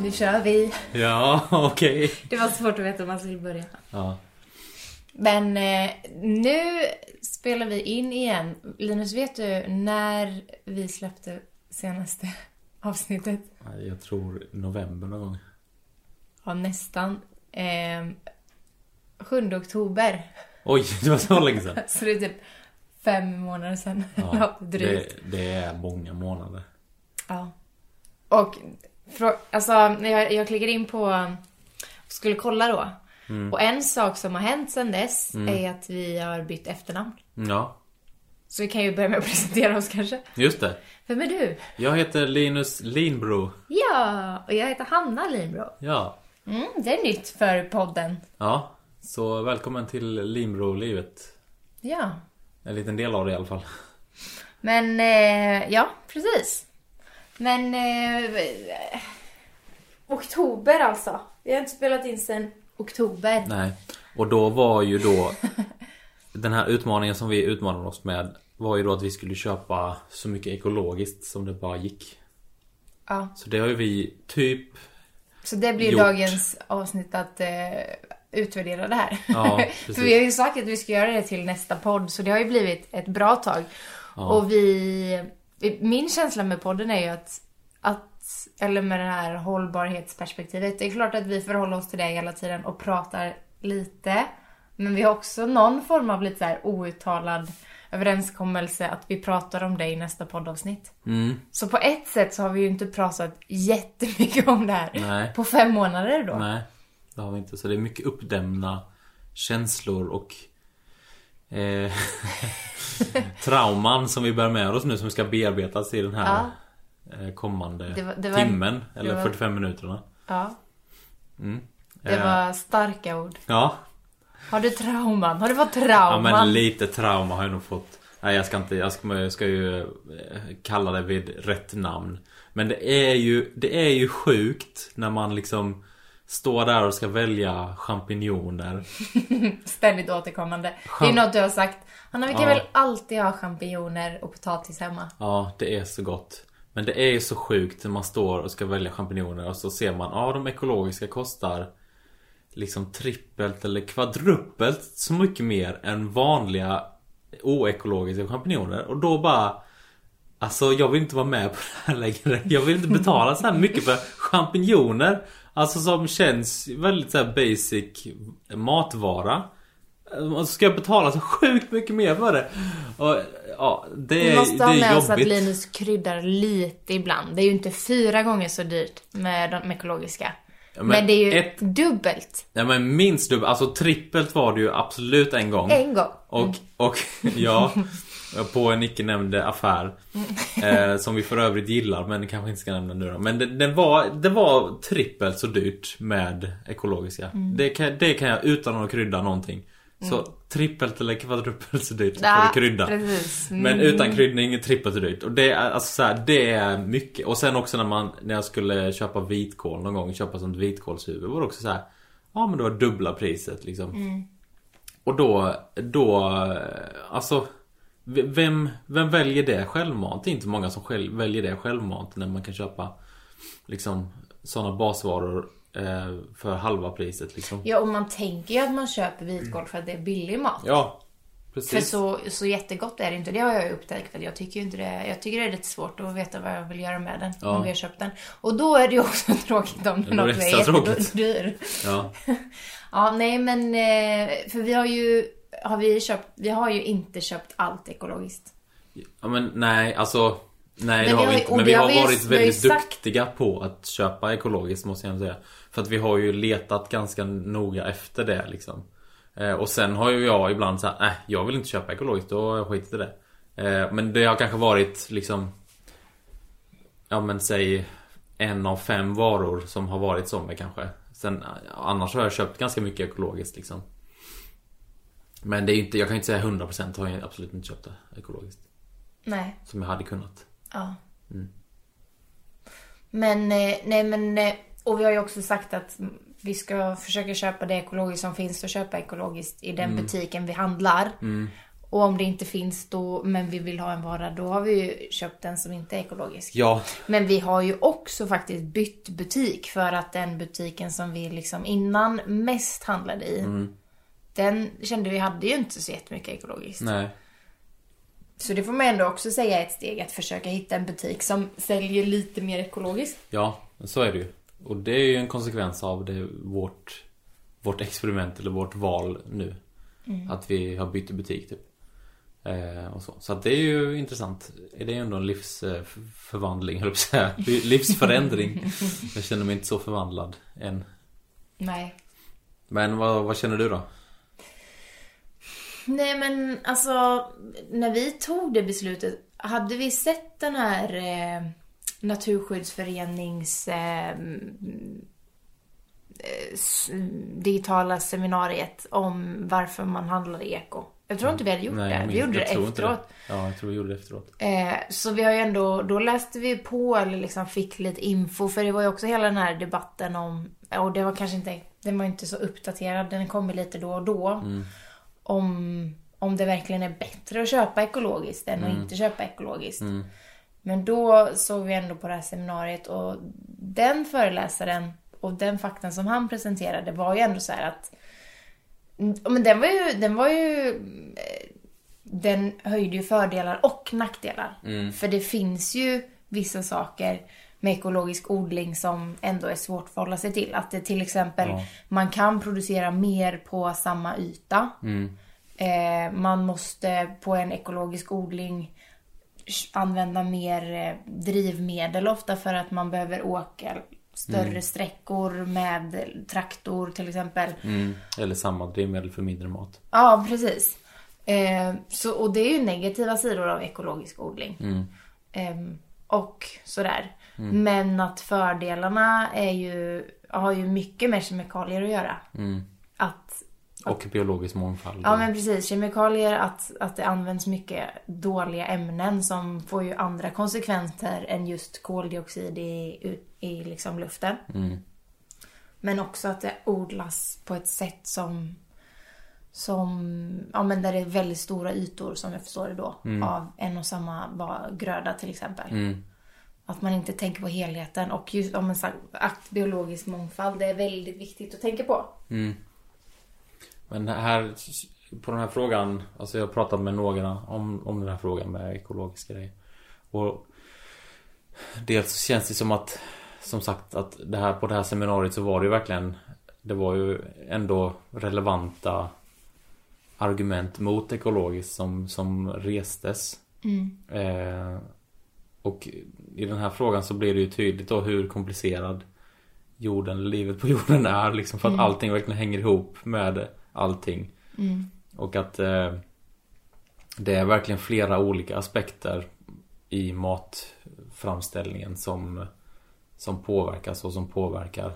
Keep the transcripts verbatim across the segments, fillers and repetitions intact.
Nu kör vi. Ja, okej. Okay. Det var svårt att veta om man skulle börja. Ja. Men eh, nu spelar vi in igen. Linus, vet du när vi släppte senaste avsnittet? Jag tror november någon gång. Ja, nästan. Eh, sjunde oktober. Oj, det var så länge sedan. Så det är typ fem månader sedan. Ja, drygt. Det, det är många månader. Ja. Och för, alltså, jag, jag klickar in på och skulle kolla då. Mm. Och en sak som har hänt sedan dess mm. är att vi har bytt efternamn. Ja. Så vi kan ju börja med att presentera oss kanske. Just det. Vem är du? Jag heter Linus Linbro. Ja, och jag heter Hanna Linbro. Ja. Mm, det är nytt för podden. Ja, så välkommen till Linbro-livet. Ja. En liten del av det i alla fall. Men, eh, ja, precis. Men, eh, oktober alltså. Vi har inte spelat in sedan oktober. Nej, och då var ju då den här utmaningen som vi utmanade oss med var ju då att vi skulle köpa så mycket ekologiskt som det bara gick. Ja. Så det har ju vi typ Så det blir gjort. Dagens avsnitt att eh, utvärdera det här. Ja, för vi har ju sagt att vi ska göra det till nästa podd. Så det har ju blivit ett bra tag. Ja. Och vi... Min känsla med podden är ju att, att... Eller med det här hållbarhetsperspektivet. Det är klart att vi förhåller oss till det hela tiden och pratar lite. Men vi har också någon form av lite så här outtalad överenskommelse att vi pratar om det i nästa poddavsnitt. Mm. Så på ett sätt så har vi ju inte pratat jättemycket om det här. Nej. På fem månader då. Nej, det har vi inte. Så det är mycket uppdämna känslor och eh, trauman som vi bär med oss nu som ska bearbetas i den här ja. kommande det var, det var, timmen eller var, fyrtiofem minuterna. Ja. Mm. Det var starka ord. Ja. Har du trauman? Har du fått trauman? Ja, men lite trauma har jag nog fått. Nej, jag ska inte jag ska, jag ska ju kalla det vid rätt namn. Men det är ju det är ju sjukt när man liksom står där och ska välja champinjoner. Ständigt återkommande. Champ- det är något du har sagt. Hanna, vi kan ja. väl alltid ha champinjoner och potatis hemma. Ja, det är så gott. Men det är ju så sjukt när man står och ska välja champinjoner och så ser man, ja, de ekologiska kostar liksom trippelt eller kvadruppelt så mycket mer än vanliga oekologiska champinjoner. Och då bara, alltså jag vill inte vara med på det här längre. Jag vill inte betala så här mycket för champinjoner. Alltså som känns väldigt så här basic matvara. Och så ska jag betala så sjukt mycket mer för det. Och ja, det är, vi måste det ha är med jobbigt. oss att Linus kryddar lite ibland. Det är ju inte fyra gånger så dyrt med de ekologiska. Ja, men, men det är ju ett, dubbelt. Ja, men minst dubbelt. Alltså trippelt var det ju absolut en gång. En gång. Och, mm. och ja, på en icke-nämnde affär. Mm. eh, som vi för övrigt gillar, men kanske inte ska nämna nu då. Men det, det, var, det var trippelt så dyrt med ekologiska. Mm. Det, kan, det kan jag utan att krydda någonting. Så mm. trippelt eller kvadruppelt så dyrt ja, för att krydda. Precis. Mm. Men utan kryddning trippelt så dyrt. Och det är alltså så här, det är mycket. Och sen också när man när jag skulle köpa vitkål någon gång, köpa som vitkålshuvud, var det också så här, ja men det var dubbla priset liksom. Mm. Och då då alltså vem vem väljer det självmant? Det är inte många som själv väljer det självmant när man kan köpa liksom såna basvaror för halva priset liksom. Ja, och man tänker ju att man köper vitkål för att det är billig mat. Ja, precis. För så, så jättegott är det inte. Det har jag ju upptäckt. Jag tycker ju inte det. Jag tycker det är lite svårt att veta vad jag vill göra med den. Ja. Om vi har köpt den. Och då är det ju också tråkigt om det är något är jättedyr. Ja. Ja, nej men för vi har ju har vi köpt vi har ju inte köpt allt ekologiskt. Ja, men nej, alltså nej, det har vi inte. Men vi har varit väldigt duktiga på att köpa ekologiskt, måste jag säga. För att vi har ju letat ganska noga efter det liksom. Eh, och sen har ju jag ibland sagt, nej, jag vill inte köpa ekologiskt, då har jag skitit i det. Eh, men det har kanske varit liksom, ja men säg en av fem varor som har varit så med kanske. Sen annars har jag köpt ganska mycket ekologiskt liksom. Men det är ju inte, jag kan inte säga hundra procent har jag absolut inte köpt det ekologiskt. Nej. Som jag hade kunnat. Ja. Mm. Men nej men och vi har ju också sagt att vi ska försöka köpa det ekologiskt som finns och köpa ekologiskt i den mm. butiken vi handlar. Mm. Och om det inte finns då, men vi vill ha en vara, då har vi ju köpt den som inte är ekologisk. Ja. Men vi har ju också faktiskt bytt butik, för att den butiken som vi liksom innan mest handlade i, mm. den kände vi hade ju inte så jättemycket ekologiskt. Nej. Så det får man ändå också säga ett steg, att försöka hitta en butik som säljer lite mer ekologiskt. Ja, så är det ju. Och det är ju en konsekvens av det, vårt, vårt experiment eller vårt val nu. Mm. Att vi har bytt butik typ. Eh, och så så att det är ju intressant. Det är ändå en livsförvandling, höll jag på att säga. Livsförändring. Jag känner mig inte så förvandlad än. Nej. Men vad, vad känner du då? Nej, men alltså, när vi tog det beslutet, hade vi sett den här eh, Naturskyddsförenings eh, digitala seminariet om varför man handlar eko. Jag tror inte vi hade gjort Nej, det. Vi gjorde det efteråt. Det. Ja, jag tror vi gjorde det efteråt. Eh, så vi har ju ändå, då läste vi på eller liksom fick lite info. För det var ju också hela den här debatten om, och det var kanske inte, den var inte så uppdaterad. Den kommer lite då och då. Mm. Om, om det verkligen är bättre att köpa ekologiskt än mm. att inte köpa ekologiskt. Mm. Men då såg vi ändå på det här seminariet, och den föreläsaren och den faktan som han presenterade var ju ändå så här att, men den var ju, den var ju den höjde ju fördelar och nackdelar. Mm. För det finns ju vissa saker med ekologisk odling som ändå är svårt att förhålla sig till. Att det till exempel, ja. man kan producera mer på samma yta. Mm. Eh, man måste på en ekologisk odling använda mer drivmedel ofta, för att man behöver åka större mm. sträckor med traktor till exempel. Mm. Eller samma drivmedel för mindre mat. Ja, precis. Eh, så, och det är ju negativa sidor av ekologisk odling. Mm. Eh, och sådär. Mm. Men att fördelarna är ju, har ju mycket med kemikalier att göra. Mm. Att, och biologisk mångfald. Ja, men precis. Kemikalier, att, att det används mycket dåliga ämnen som får ju andra konsekvenser än just koldioxid i, i liksom luften. Mm. Men också att det odlas på ett sätt som, som ja, men där det är väldigt stora ytor, som jag förstår det då, mm. av en och samma gröda till exempel. Mm. Att man inte tänker på helheten. Och just om man sagt att biologisk mångfald, det är väldigt viktigt att tänka på. Mm. Men här, på den här frågan, alltså jag har pratat med några om, om den här frågan med ekologiska grejer. Och dels känns det som att, som sagt, att det här, på det här seminariet så var det ju verkligen, det var ju ändå relevanta argument mot ekologiskt som, som restes. Mm. Eh, och i den här frågan så blir det ju tydligt då hur komplicerad jorden, livet på jorden är, liksom, för att mm. allting verkligen hänger ihop med allting. Mm. Och att eh, det är verkligen flera olika aspekter i matframställningen som, som påverkas och som påverkar.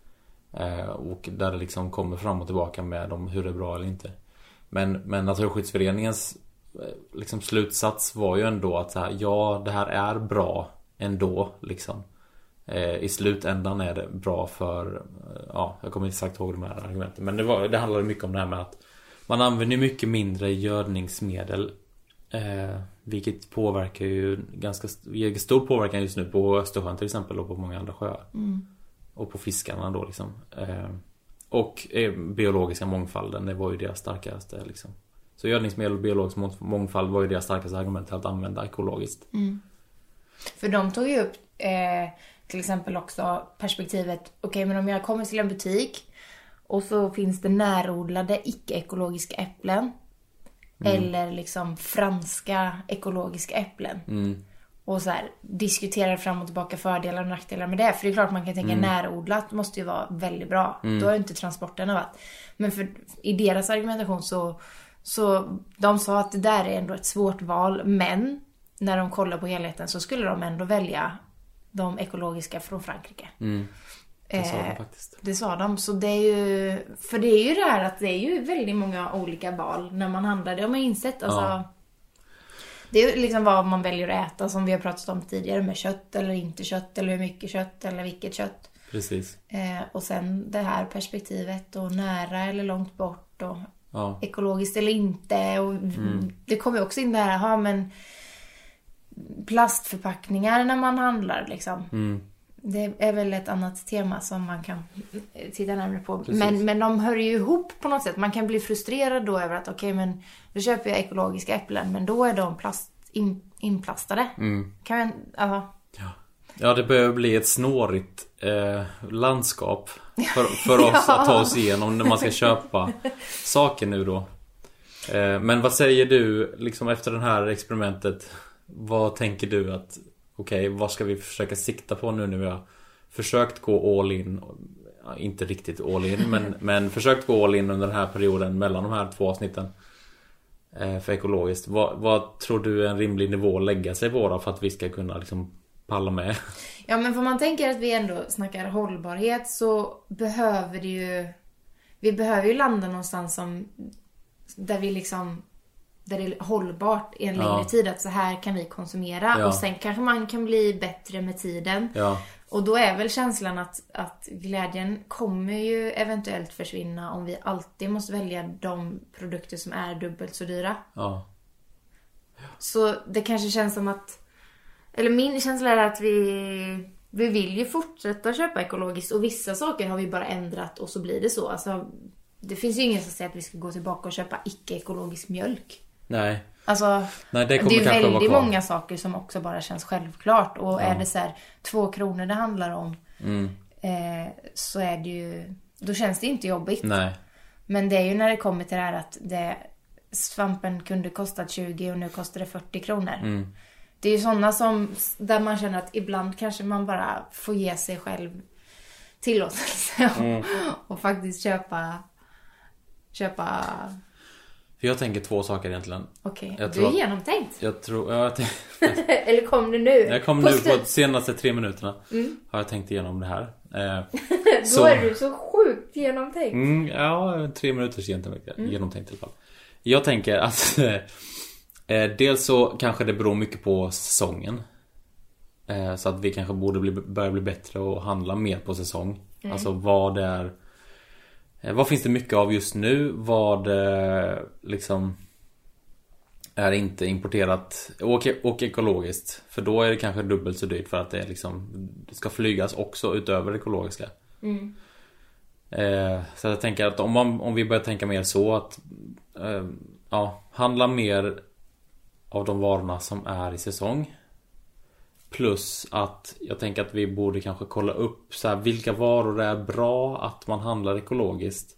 Eh, och där det liksom kommer fram och tillbaka med om hur det är bra eller inte. Men, men Naturskyddsföreningens eh, liksom slutsats var ju ändå att så här, ja, det här är bra ändå liksom. I slutändan är det bra för, ja, jag kommer inte exakt ihåg de här argumenten, men det, var, det handlade mycket om det här med att man använder mycket mindre gödningsmedel, eh, vilket påverkar ju ganska ger stor påverkan just nu på Östersjön till exempel, och på många andra sjöar. Mm. Och på fiskarna då liksom. Eh, och eh, biologiska mångfalden, det var ju deras starkaste liksom. Så gödningsmedel och biologisk mångfald var ju deras starkaste argument till att använda ekologiskt. Mm. För de tog ju upp eh, till exempel också perspektivet, okej, okay, men om jag kommer till en butik och så finns det närodlade icke-ekologiska äpplen mm. eller liksom franska ekologiska äpplen. Mm. Och så här, diskuterar fram och tillbaka fördelar och nackdelar med det. För det är klart man kan tänka mm. närodlat måste ju vara väldigt bra. Mm. Då har ju inte transporterna varit. Men för, i deras argumentation så, så de sa att det där är ändå ett svårt val, men när de kollar på helheten så skulle de ändå välja de ekologiska från Frankrike. Mm. Det sa de faktiskt. Det sa de. Så det är ju, för det är ju det här att det är ju väldigt många olika val när man handlar. Det har man insett. Alltså, ja. Det är ju liksom vad man väljer att äta, som vi har pratat om tidigare, med kött eller inte kött, eller hur mycket kött eller vilket kött. Precis. Eh, och sen det här perspektivet och nära eller långt bort och ja. ekologiskt eller inte. Och mm. det kommer också in det här, ha, men plastförpackningar när man handlar liksom. Mm. Det är väl ett annat tema som man kan titta närmare på. Men, men de hör ju ihop på något sätt. Man kan bli frustrerad då över att okej, okay, men då köper jag ekologiska äpplen, men då är de plast, in, inplastade. Mm. Kan jag, aha. Ja. ja, det behöver bli ett snårigt eh, landskap för, för oss ja. att ta oss igenom när man ska köpa saker nu då. Eh, men vad säger du liksom efter det här experimentet? Vad tänker du att okej, okay, vad ska vi försöka sikta på nu när vi har försökt gå all in, ja, inte riktigt all in, men, men försökt gå all in under den här perioden mellan de här två avsnitten eh, för ekologiskt. Vad, vad tror du är en rimlig nivå att lägga sig på då för att vi ska kunna liksom palla med? Ja, men för man tänker att vi ändå snackar hållbarhet, så behöver det ju, vi behöver ju landa någonstans som, där vi liksom, där det är hållbart i en längre ja. tid, att så här kan vi konsumera ja. och sen kanske man kan bli bättre med tiden ja. och då är väl känslan att, att glädjen kommer ju eventuellt försvinna om vi alltid måste välja de produkter som är dubbelt så dyra. Ja. Ja. Så det kanske känns som att, eller min känsla är att vi vi vill ju fortsätta köpa ekologiskt, och vissa saker har vi bara ändrat och så blir det så. Alltså, det finns ju ingen som säger att vi ska gå tillbaka och köpa icke-ekologisk mjölk. Nej. Alltså, Nej, det, det är väldigt många saker som också bara känns självklart. Och ja. är det så här två kronor det handlar om mm. eh, så är det ju, då känns det inte jobbigt. Nej. Men det är ju när det kommer till det här att det, svampen kunde kosta tjugo och nu kostar det fyrtio kronor. Mm. Det är ju sådana som, där man känner att ibland kanske man bara får ge sig själv tillåtelse mm. och faktiskt köpa köpa För jag tänker två saker egentligen. Okej, okay. Du är genomtänkt. Jag tror... Ja, jag tänk... Eller kom du nu? Jag kom nu på de senaste tre minuterna. Mm. Har jag tänkt igenom det här. Eh, Då så... är du så sjukt genomtänkt. Mm, ja, tre minuters genomtänkt, mm. genomtänkt i alla fall. Jag tänker att... Eh, dels så kanske det beror mycket på säsongen. Eh, så att vi kanske borde bli, börja bli bättre och handla mer på säsong. Mm. Alltså vad det är... Vad finns det mycket av just nu? Vad liksom är inte importerat och, och ekologiskt? För då är det kanske dubbelt så dyrt för att det, är liksom, det ska flygas också utöver det ekologiska. Mm. Eh, så jag tänker att om, man, om vi börjar tänka mer så att eh, ja, handla mer av de varorna som är i säsong. Plus att jag tänker att vi borde kanske kolla upp så här, vilka varor det är bra att man handlar ekologiskt.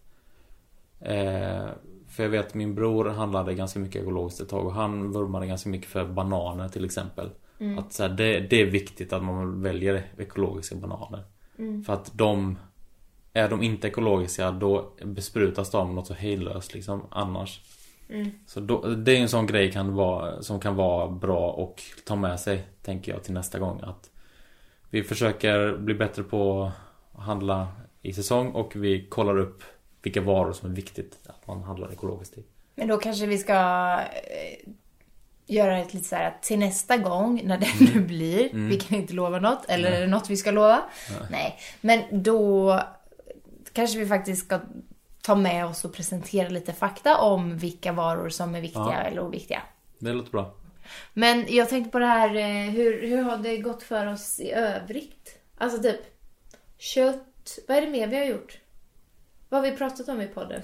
Eh, för jag vet att min bror handlade ganska mycket ekologiskt ett tag och han vurmade ganska mycket för bananer till exempel. Mm. Att så här, det, det är viktigt att man väljer ekologiska bananer. Mm. För att de, är de inte ekologiska då besprutas de något så hejdlöst liksom annars. Mm. Så då, det är en sån grej kan vara, som kan vara bra och ta med sig, tänker jag, till nästa gång. Att vi försöker bli bättre på att handla i säsong och vi kollar upp vilka varor som är viktigt att man handlar ekologiskt i. Men då kanske vi ska eh, göra ett lite så här till nästa gång när det mm. nu blir. Mm. Vi kan inte lova något, eller mm. är det något vi ska lova? Mm. Nej, men då kanske vi faktiskt ska ta med oss och presentera lite fakta om vilka varor som är viktiga ja. eller oviktiga. Det låter bra. Men jag tänkte på det här, hur, hur har det gått för oss i övrigt? Alltså typ kött, vad är det mer vi har gjort? Vad har vi pratat om i podden?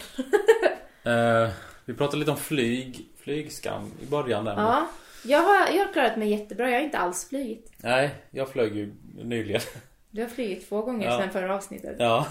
uh, vi pratade lite om flyg, flygskam i början där. Ja, jag har, jag har klarat mig jättebra, jag har inte alls flygit. Nej, jag flög ju nyligen. Du har flygit två gånger ja. sedan förra avsnittet. Ja.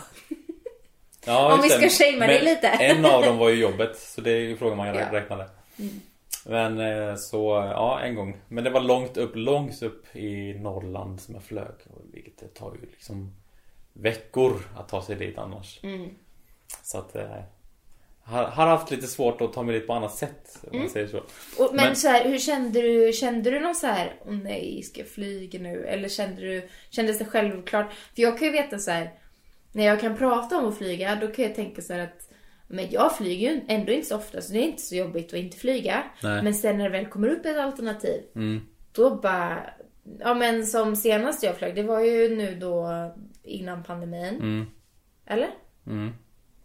Ja, om vi ska shamea dig lite. En av dem var ju jobbet. Så det är ju frågan man ja. räknade. Mm. Men så, ja, en gång. Men det var långt upp, långt upp i Norrland som jag flög. Vilket det tar ju liksom veckor att ta sig dit annars. Mm. Så att eh, har, har haft lite svårt att ta mig dit på annat sätt. Om mm. man säger så. Och, men, men så här, hur kände du? Kände du någon så här, åh oh, nej, ska jag flyga nu? Eller kände du, kändes det självklart? För jag kan ju veta så här, när jag kan prata om att flyga, då kan jag tänka så här att men jag flyger ju ändå inte så ofta, så det är inte så jobbigt att inte flyga. Nej. Men sen när det väl kommer upp ett alternativ, mm. då bara, ja men som senast jag flög, det var ju nu då innan pandemin. Mm. Eller? Mm.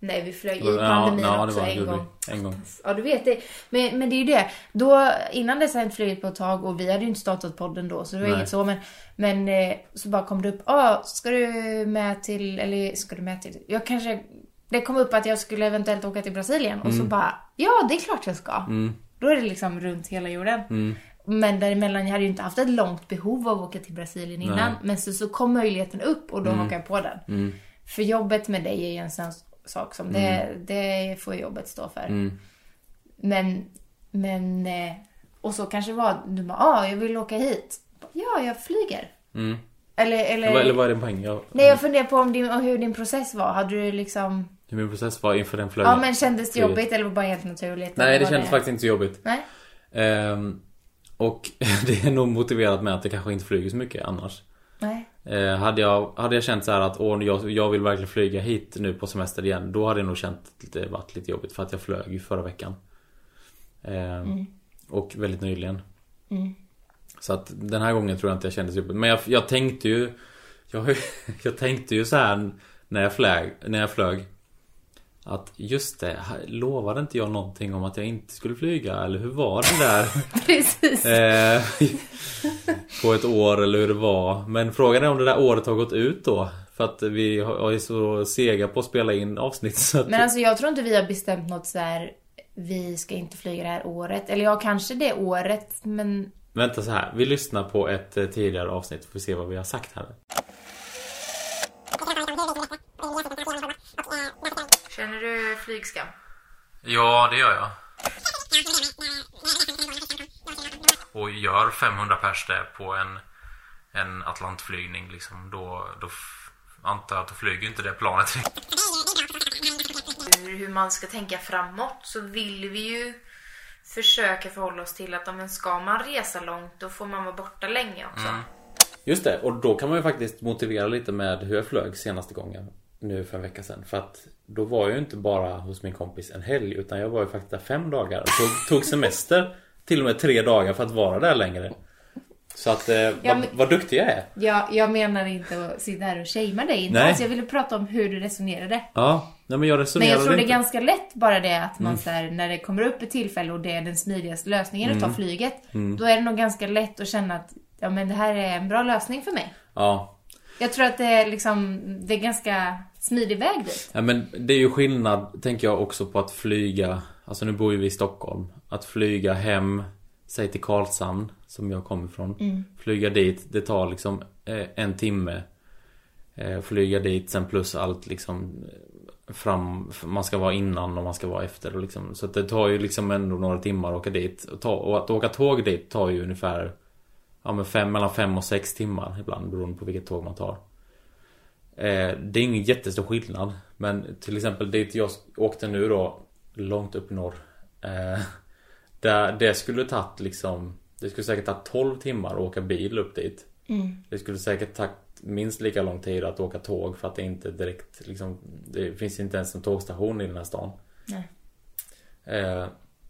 Nej, vi flög i pandemin ja, också det var, en gång. en gång. Ja, du vet det. Men, men det är ju det. Då, innan dess hade jag inte flugit på ett tag och vi hade ju inte startat podden då, så det var Nej. inget så. Men, men eh, så bara kom det upp, ja, ah, ska du med till, eller ska du med till, jag kanske, det kom upp att jag skulle eventuellt åka till Brasilien. Mm. Och så bara, ja, det är klart jag ska. Mm. Då är det liksom runt hela jorden. Mm. Men däremellan, jag hade ju inte haft ett långt behov av att åka till Brasilien innan. Nej. Men så, så kom möjligheten upp och då mm. hakade jag på den. Mm. För jobbet med dig är ju en sån sak som mm. det, det får jobbet stå för. Mm. Men, men och så kanske var du bara, ja, ah, jag vill åka hit. Ja, jag flyger. Mm. Eller, eller, eller, eller vad är din poäng? Jag, nej, jag funderar på om din, hur din process var. Hade du liksom... Hur min process var inför den flöjten? Ja, men kändes det jobbigt eller var det bara helt naturligt? Nej, det kändes det... faktiskt inte så jobbigt. Nej. Um, och det är nog motiverat med att det kanske inte flyger så mycket annars. Nej. Uh, hade, jag, hade jag känt så här att åh, jag, jag vill verkligen flyga hit nu på semester igen, då hade jag nog känt att det varit lite jobbigt för att jag flög förra veckan. Uh, mm. Och väldigt nyligen. Mm. Så att den här gången tror jag inte jag kände så jobbigt. Men jag, jag tänkte ju jag, jag tänkte ju så här när jag flög, när jag flög att just det, lovade inte jag någonting om att jag inte skulle flyga, eller hur var det där? Precis. eh, på ett år eller hur det var. Men frågan är om det där året har gått ut då, för att vi är så sega på att spela in avsnitt så att... Men alltså jag tror inte vi har bestämt något så här, vi ska inte flyga det här året, eller ja, kanske det året, men... Vänta så här, vi lyssnar på ett tidigare avsnitt för att se vad vi har sagt här. Känner du flygskam? Ja, det gör jag. Och gör femhundra pers där på en, en Atlantflygning liksom, då, då antar jag att då flyger inte det planet. Hur man ska tänka framåt så vill vi ju försöka förhålla oss till att om en ska man resa långt, då får man vara borta länge också. Mm. Just det, och då kan man ju faktiskt motivera lite med hur jag flög senaste gången nu för en vecka sedan. För att då var jag ju inte bara hos min kompis en helg, utan jag var ju faktiskt där fem dagar och tog, tog semester till och med tre dagar för att vara där längre. Så att, eh, ja, vad, men, vad duktig jag är. Ja, jag menar inte att sitta här och shamea dig. Inte. Alltså, jag ville prata om hur du resonerade. Ja, nej, men jag resonerade Men jag tror inte. det är ganska lätt bara det att man mm. så här, när det kommer upp ett tillfälle och det är den smidigaste lösningen mm. att ta flyget. Mm. Då är det nog ganska lätt att känna att ja, men det här är en bra lösning för mig. Ja. Jag tror att det är liksom, det är ganska smidig väg dit. Ja, men det är ju skillnad, tänker jag också, på att flyga. Alltså nu bor ju vi i Stockholm. Att flyga hem, säg till Karlshamn som jag kommer ifrån. Mm. Flyga dit, det tar liksom eh, en timme. Eh, flyga dit, sen plus allt liksom fram, man ska vara innan och man ska vara efter. Och liksom, så att det tar ju liksom ändå några timmar att åka dit. Och, ta, och att åka tåg dit tar ju ungefär ja, men fem, mellan fem och sex timmar ibland, beroende på vilket tåg man tar. Eh, det är ingen jättestor skillnad. Men till exempel dit jag åkte nu då, långt upp i norr. Eh, där, det skulle tagit liksom, det skulle säkert ta tolv timmar att åka bil upp dit. Mm. Det skulle säkert ta minst lika lång tid att åka tåg, för att det inte direkt liksom, det finns inte ens en tågstation i den här stan. Nej. Eh,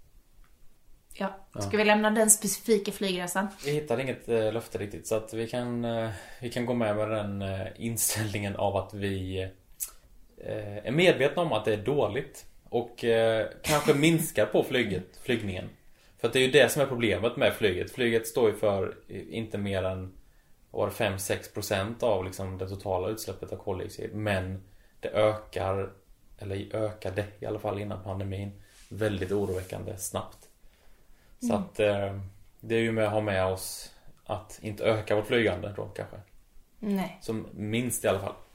Ja, ska ja. vi lämna den specifika flygresan? Vi hittade inget eh, löfte riktigt, så att vi kan, eh, vi kan gå med med den eh, inställningen av att vi eh, är medvetna om att det är dåligt och eh, kanske minskar på flyget, flygningen. För att det är ju det som är problemet med flyget. Flyget står ju för inte mer än fem till sex procent av liksom, det totala utsläppet av koldioxid. Men det ökar, eller ökade i alla fall innan pandemin, väldigt oroväckande snabbt. Så att eh, det är ju med att ha med oss att inte öka vårt flygande då kanske. Nej. Som minst i alla fall.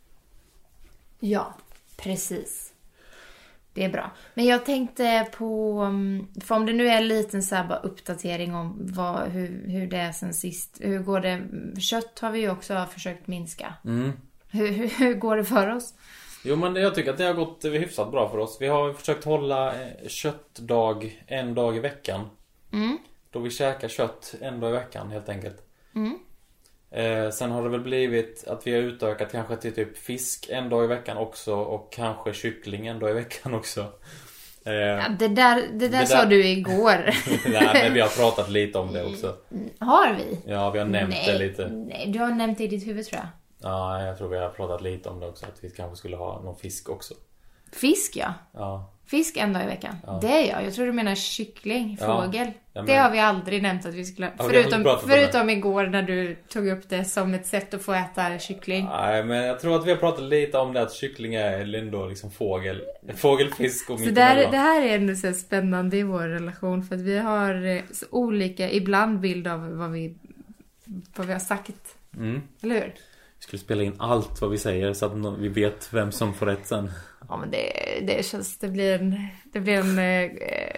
Ja, precis. Det är bra. Men jag tänkte på, för om det nu är en liten så här bara uppdatering om vad, hur, hur det är sen sist. Hur går det? Kött har vi ju också försökt minska. Mm. Hur, hur, hur går det för oss? Jo, men jag tycker att det har gått hyfsat bra för oss. Vi har försökt hålla köttdag en dag i veckan. Mm. Då vi käkar kött en dag i veckan helt enkelt. Mm. Eh, sen har det väl blivit att vi har utökat kanske till typ fisk en dag i veckan också. Och kanske kyckling en dag i veckan också. Eh, ja, det där, det där, det där sa du igår. Nej, men vi har pratat lite om det också. Har vi? Ja, vi har nämnt nej, det lite. Nej, du har nämnt det i ditt huvud tror jag. Ja, jag tror vi har pratat lite om det också. Att vi kanske skulle ha någon fisk också. Fisk, ja. Ja. Fisk en dag i veckan. Ja. Det är jag. Jag tror du menar kyckling, fågel. Ja, men... Det har vi aldrig nämnt att vi skulle... Ja, förutom förutom igår när du tog upp det som ett sätt att få äta kyckling. Nej, men jag tror att vi har pratat lite om det att kyckling är ändå liksom fågel. Fågelfisk och så där, det här är ändå så spännande i vår relation. För att vi har så olika, ibland bild av vad vi, vad vi har sagt. Mm. Eller hur? Vi skulle spela in allt vad vi säger så att vi vet vem som får rätt sen. Ja, men det, det känns, det blir en, det blir en eh,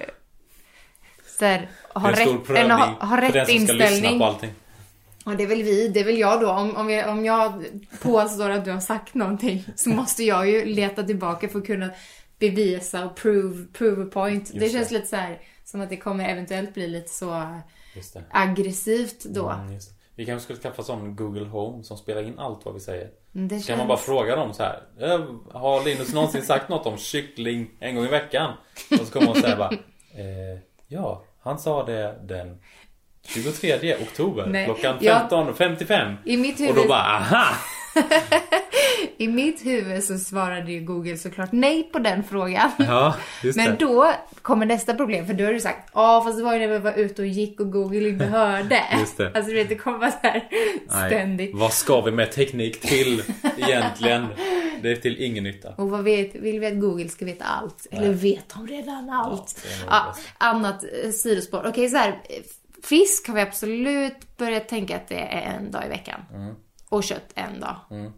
så här, ha en stor rätt, prövning en, ha, ha rätt för den som inställning. ska lyssna på allting. Ja, det är väl vi, det är väl jag då. Om, om, jag, om jag påstår att du har sagt någonting så måste jag ju leta tillbaka för att kunna bevisa och prove, prove a point. Just det känns det. Lite så här som att det kommer eventuellt bli lite så aggressivt då. Mm, just det. Vi kanske skulle skaffa sån Google Home som spelar in allt vad vi säger. Det så känns... kan man bara fråga dem så här. Har Linus någonsin sagt något om kyckling en gång i veckan? Och så kommer hon säga bara eh, ja, han sa det den tjugotredje oktober. Nej, klockan femton femtiofem. I mitt huvud... Och då bara, aha! I mitt huvud så svarade ju Google såklart nej på den frågan. Ja, just Men det. då kommer nästa problem. För då har du sagt, ja fast det var ju när vi var ute och gick och Google inte hörde. Just det. Alltså du vet, det kommer så här ständigt. Nej, vad ska vi med teknik till egentligen? Det är till ingen nytta. Och vad vet, vill vi att Google ska veta allt? Nej. Eller vet de redan allt? Ja, ja, annat eh, sidospår. Okej, okay, så här. Fisk har vi absolut börjat tänka att det är en dag i veckan. Mm. Och kött en dag. Mm.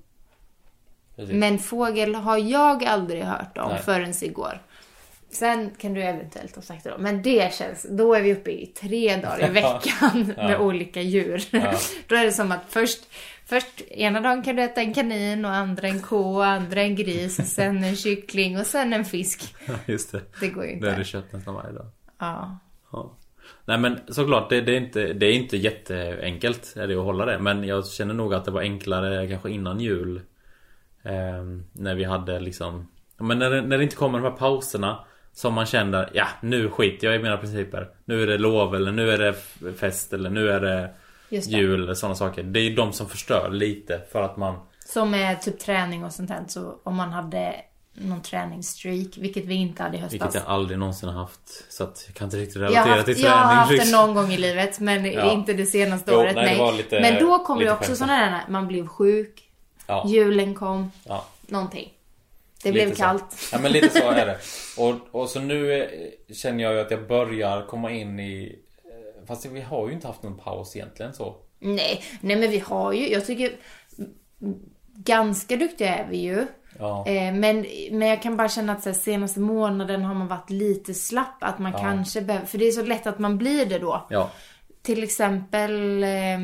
Men fågel har jag aldrig hört om. Nej. Förrän igår. Sen kan du eventuellt ha sagt det då. Men det känns, då är vi uppe i tre dagar i veckan ja. Med olika djur. Ja. Då är det som att först, först ena dagen kan du äta en kanin och andra en ko och andra en gris och sen en kyckling och sen en fisk. Ja, just det. Det går ju inte. Det är det kött nästan varje dag. Ja. Ja. Nej men såklart det, det, är inte, det är inte jätteenkelt är det att hålla det. Men jag känner nog att det var enklare kanske innan jul. Eh, när vi hade liksom, men när det, när det inte kommer de här pauserna som man känner, ja nu skit jag i mina principer. Nu är det lov eller nu är det fest eller nu är det, det. jul eller sådana saker. Det är de som förstör lite för att man... Som är typ träning och sånt här. Så om man hade någon träningsstreak, vilket vi inte hade i höstas. Vilket jag aldrig någonsin har haft. Så att jag kan inte riktigt relatera haft, till träning. Jag har haft det någon gång i livet, men ja. Inte det senaste jo, året. Nej, nej. Det var lite, men då kom det också sådana där, man blev sjuk. Ja. Julen kom. Ja. Någonting. Det lite blev kallt. Så. Ja, men lite så är det. Och, och så nu är, känner jag ju att jag börjar komma in i... Fast vi har ju inte haft någon paus egentligen så. Nej, nej men vi har ju... Jag tycker... Ganska duktiga är vi ju. Ja. Eh, men, men jag kan bara känna att så här, senaste månaden har man varit lite slapp. Att man ja. kanske behöver... För det är så lätt att man blir det då. Ja. Till exempel... Eh,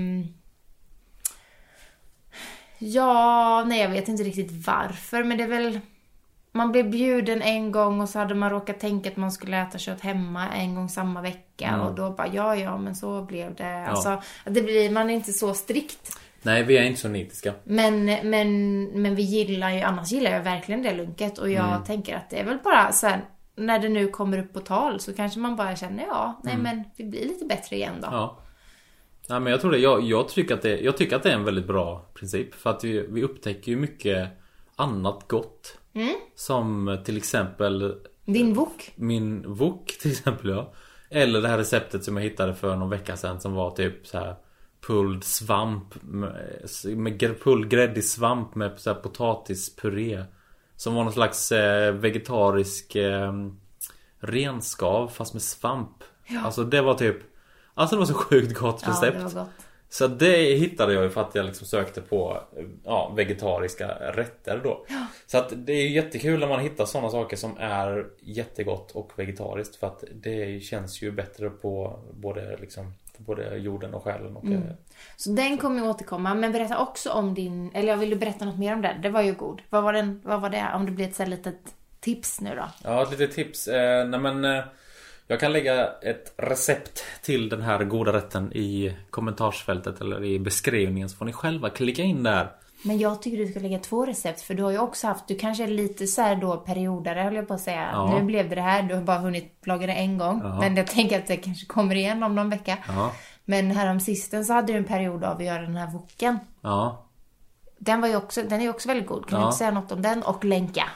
ja, nej jag vet inte riktigt varför. Men det är väl... Man blev bjuden en gång och så hade man råkat tänka att man skulle äta kött hemma en gång samma vecka. Mm. Och då bara, ja ja, men så blev det. Ja. Alltså, det blir, man är inte så strikt. Nej, vi är inte så nitiska. Men, men, men vi gillar ju, annars gillar jag verkligen det lunket. Och jag mm. tänker att det är väl bara så här, när det nu kommer upp på tal så kanske man bara känner, ja, nej mm. men vi blir lite bättre igen då. Ja. Nej, men jag tror det, jag, jag, tycker att det, jag tycker att det är en väldigt bra princip. För att vi, vi upptäcker ju mycket annat gott. Mm. Som till exempel din wok. Min wok till exempel, ja. Eller det här receptet som jag hittade för någon vecka sedan som var typ så här pulled svamp med, med pulled gräddig svamp med så här potatispuré som var någon slags eh, vegetarisk eh, renskav fast med svamp. Ja. Alltså det var typ, alltså det var så sjukt gott recept. Ja, det var gott. Så det hittade jag ju för att jag liksom sökte på ja, vegetariska rätter då. Ja. Så att det är jättekul när man hittar sådana saker som är jättegott och vegetariskt. För att det känns ju bättre på både, liksom, både jorden och själen. Och mm. Så den kommer ju återkomma. Men berätta också om din... Eller jag vill du berätta något mer om den? Det var ju god. Vad var, den, vad var det? Om det blir ett så här litet tips nu då? Ja, ett litet tips. Eh, nej men... Eh, Jag kan lägga ett recept till den här goda rätten i kommentarsfältet eller i beskrivningen så får ni själva klicka in där. Men jag tycker du ska lägga två recept för du har ju också haft, du kanske är lite så här då periodare höll jag på att säga. Ja. Nu blev det det här, du har bara hunnit laga det en gång. Ja. Men jag tänker att det kanske kommer igen om någon vecka. Ja. Men här om sisten så hade du en period av att göra den här woken. Ja. Den var ju också, den är ju också väldigt god. Kan ja. du inte säga något om den och länka?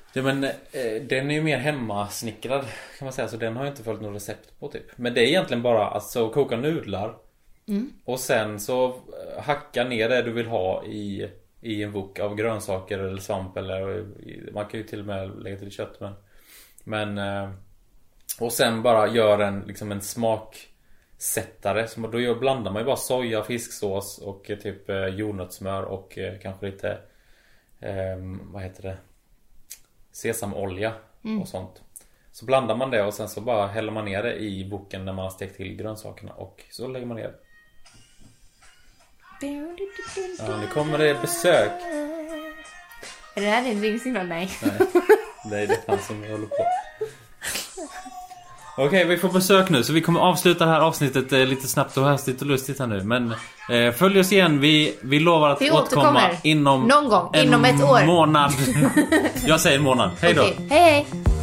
Ja, men eh, den är ju mer hemmasnickrad kan man säga. Så den har jag inte följt något recept på typ. Men det är egentligen bara alltså koka nudlar. Mm. Och sen så hacka ner det du vill ha i, i en wok av grönsaker eller svamp. Eller, man kan ju till och med lägga till kött. Men, men, eh, och sen bara gör en, liksom en smaksättare. Så då gör, blandar man ju bara soja, fisksås och eh, typ eh, jordnötssmör och eh, kanske lite eh, vad heter det? Sesamolja mm. och sånt. Så blandar man det och sen så bara häller man ner det i woken när man har stekt till grönsakerna och så lägger man ner det. Ja, nu kommer det besök. Är det här din ringsignal? Nej. Nej, det är det han som håller på. Okej, okay, vi får besök nu så vi kommer avsluta det här avsnittet eh, lite snabbt och hastigt och lustigt här nu. Men eh, följ oss igen, vi, vi lovar att vi återkomma inom någon gång, inom ett år månad. Jag säger en månad, hej då. Okay. Hej hej.